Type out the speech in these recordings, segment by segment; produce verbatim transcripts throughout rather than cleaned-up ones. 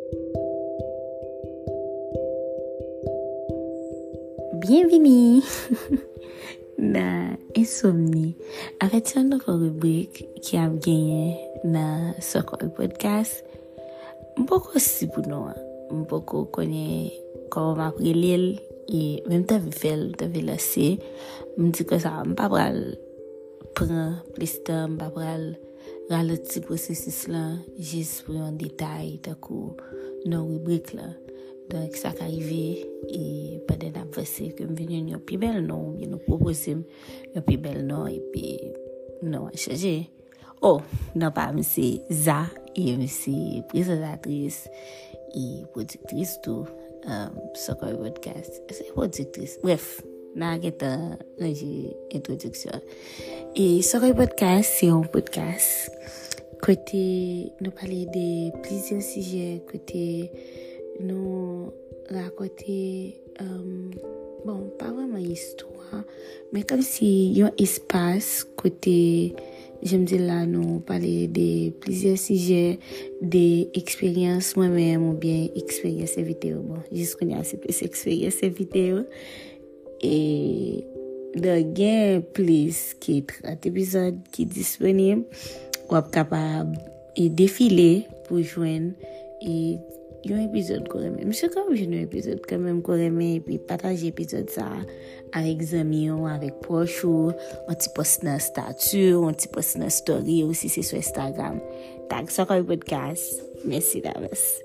Bienvenue dans Insomnie avec une autre rubrique qui a gagné dans ce podcast. Beaucoup si pour nous, beaucoup connaît comment m'apprendre l'île et même t'as vu faire, t'as vu laisser. Me dit que ça, m'pas pral prendre plus de temps, m'pas pral ralentir processus là, juste pour un détail, d'un coup, dans rubrique là. Donc, ça qui arrive, et pendant l'avancée, que je viens un plus bel nom, bien nous proposer un plus bel nom, et puis, non, changer. Oh, non, pas, c'est Za, et c'est présentatrice, et productrice tout, um, sur le podcast. C'est productrice. Bref, n'arrête pas l'introduction. Et sur le podcast, c'est un podcast, côté, nous parler de plusieurs sujets, côté, nous raconter um, bon pas vraiment histoire mais comme si il y a un espace côté j'aime dire là nous parler de plusieurs sujets des expériences moi-même ou bien expériences vidéo bon juste qu'on a assez plus expériences vidéo et de gain plus qui trente épisodes qui disponible ou capable et défiler pour joindre et il y a un épisode quand même. Monsieur, comme j'ai un épisode quand même, quand même, et puis partager l'épisode ça avec amis, avec proches, ou un petit post dans statut, un petit post dans story, ou si c'est sur Instagram. Tag ça comme podcast. Merci d'avance.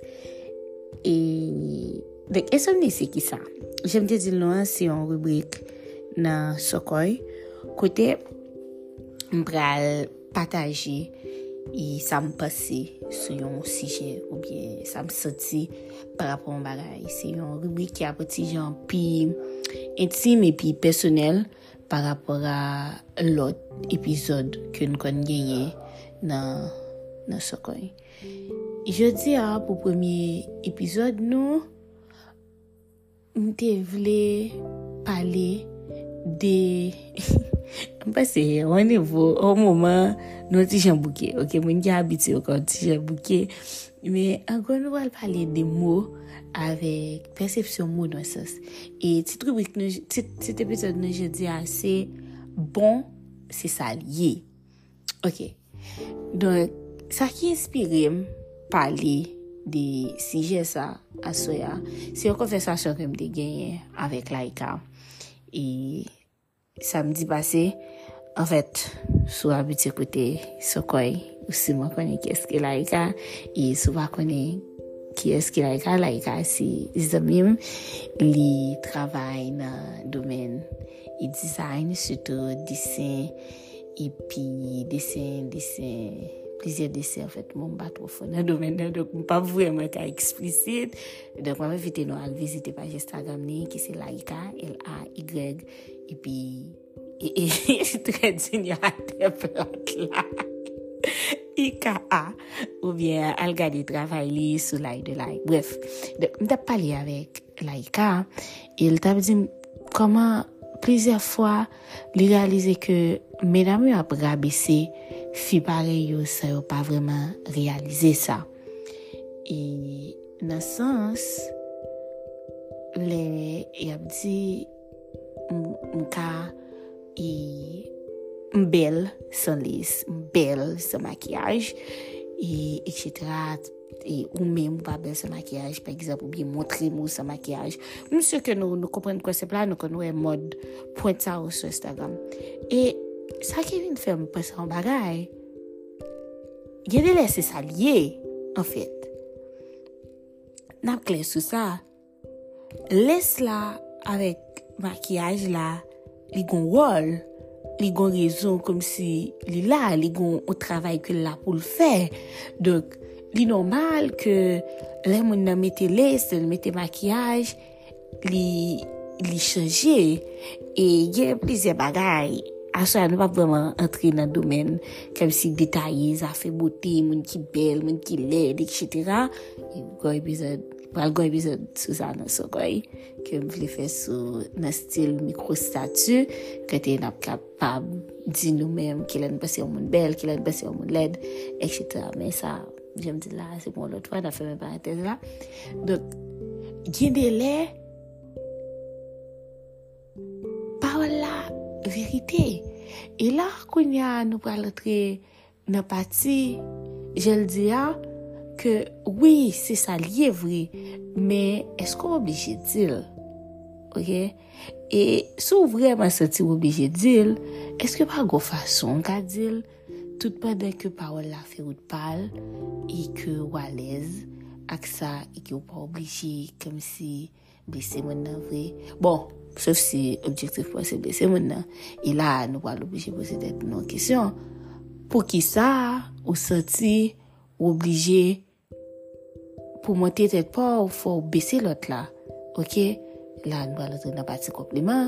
Et, donc, insomnie, c'est qui ça? J'aime te dire, non, c'est une rubrique dans Sokoy. Côté, m'bral partager et ça me passe sur un sujet ou bien ça me sorti par rapport à un bagage. C'est une rubrique qui a petit genre puis intime et puis personnel par rapport à l'autre épisode que nous avons gagné dans dans ce coin. Je dis ah pour le premier épisode nous nous voulons parler des parce que au niveau au moment nous t'y bouquet OK mon qui habitué au t'y bouquet mais encore nous allons parler des mots avec perception mot dans sens et cette rubrique cet épisode nous je dis assez bon c'est ça lié OK donc ça qui inspire parler des sujets ça à soya c'est une conversation que me gagné avec Laika et samedi passé en fait sur habitué côté Sokoy aussi moi connais qui est-ce que Laika et souvent connais qui est-ce que Laika Laika c'est Zamim li travaille dans domaine et design surtout dessin et puis dessin dessin plusieurs dessins en fait mon pas trop fort dans domaine donc pas vraiment cas explicite donc on va inviter nous à visiter page Instagram ni qui c'est Laika L A Y et puis et, et très digne interprète là I K A ou bien elle garder travail li sur l'aide de l'aide bref donc on t'a parlé avec Laika et il t'a dit comment plusieurs fois il réaliser que mesdames a rabaissé fi pareil ça n'a pas vraiment réalisé ça et dans ce sens les y a dit m'ka et belle sans lisse belle sans maquillage et etc et ou même pas belle sans maquillage par exemple ou bien montrer moi sans maquillage monsieur que nous nous comprenons quoi c'est là nous connaissons mode pointe ça sur Instagram et ça qui vient faire me passer en bagaille il y a des laisser ça lié en fait n'a clair sur ça laisse là avec maquillage là li gon rôle li gon raison comme si li là li gon au travail que là pour le faire donc li normal que les moun nan mette laisse mette maquillage li li changer et il y a plusieurs bagailles à ça ne pas vraiment entrer dans le domaine comme si détaillé ça fait beauté moun qui belle moun qui laide etc et quoi épisode pas le épisode sur ça dans ce quoi que me voulais faire sur dans style micro statut que tu es capable dire nous-mêmes qu'il a une passion monde belle qu'il a une passion monde laide etc mais ça j'aime dire là, c'est pour l'autre fois, on a fait une parenthèse là. Donc, il y a des laits, parole la vérité. Et là, quand y a, nous parlons de la partie, je le dis, que oui, c'est ça lié vrai, mais est-ce qu'on est obligé de dire? Ok? Et si vous vraiment senti obligé de dire, est-ce que pas de façon qu'à dire, tout pendant que parole la fait ou de parle, et que ou à l'aise, avec ça, et que vous pas obligé, comme si, blesser mon vrai. Bon, sauf si objectif pour c'est blesser mon nom. Et là, nous pas l'obligé de poser des questions. Pour qui ça, ou senti, ou obligé, pour monter tête pas, il faut baisser l'autre là. Ok? Là, nous allons dans la partie compliment.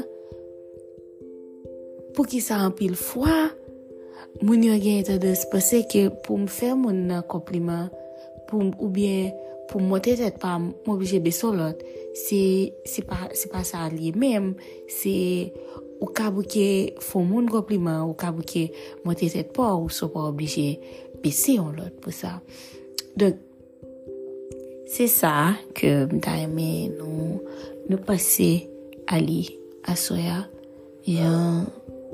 Pour qui ça en pile fois, mon yo gen tendance penser que pour me faire mon compliment, pour ou bien pour monter tête pas, m'obliger baisser l'autre, c'est c'est pas c'est pas ça lié même, c'est au cas où que font mon compliment, au cas où que monter tête pas ou sont pas obligé baisser l'autre pour ça. Donc c'est ça que m'ta aimé nous nous passer ali à soya Jean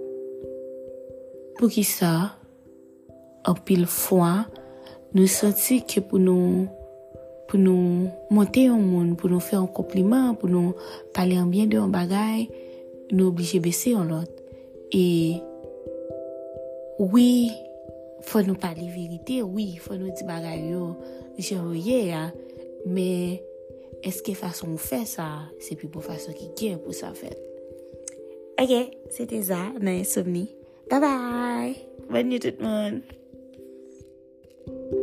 pour qui ça en pile fois nous sentir que pour nous pour nous monter au monde, pour nous faire un compliment, pour nous parler en bien de un bagay, nous obligés baisser en l'autre. Et oui, faut nous parler vérité, oui, faut nous dire bagay yo, genre yeah, mais est-ce que façon on fait ça, c'est plus pour façon qui gagne pour ça fait. OK, c'était ça, dans Insomnie. Bye bye. Bonne nuit tout le monde.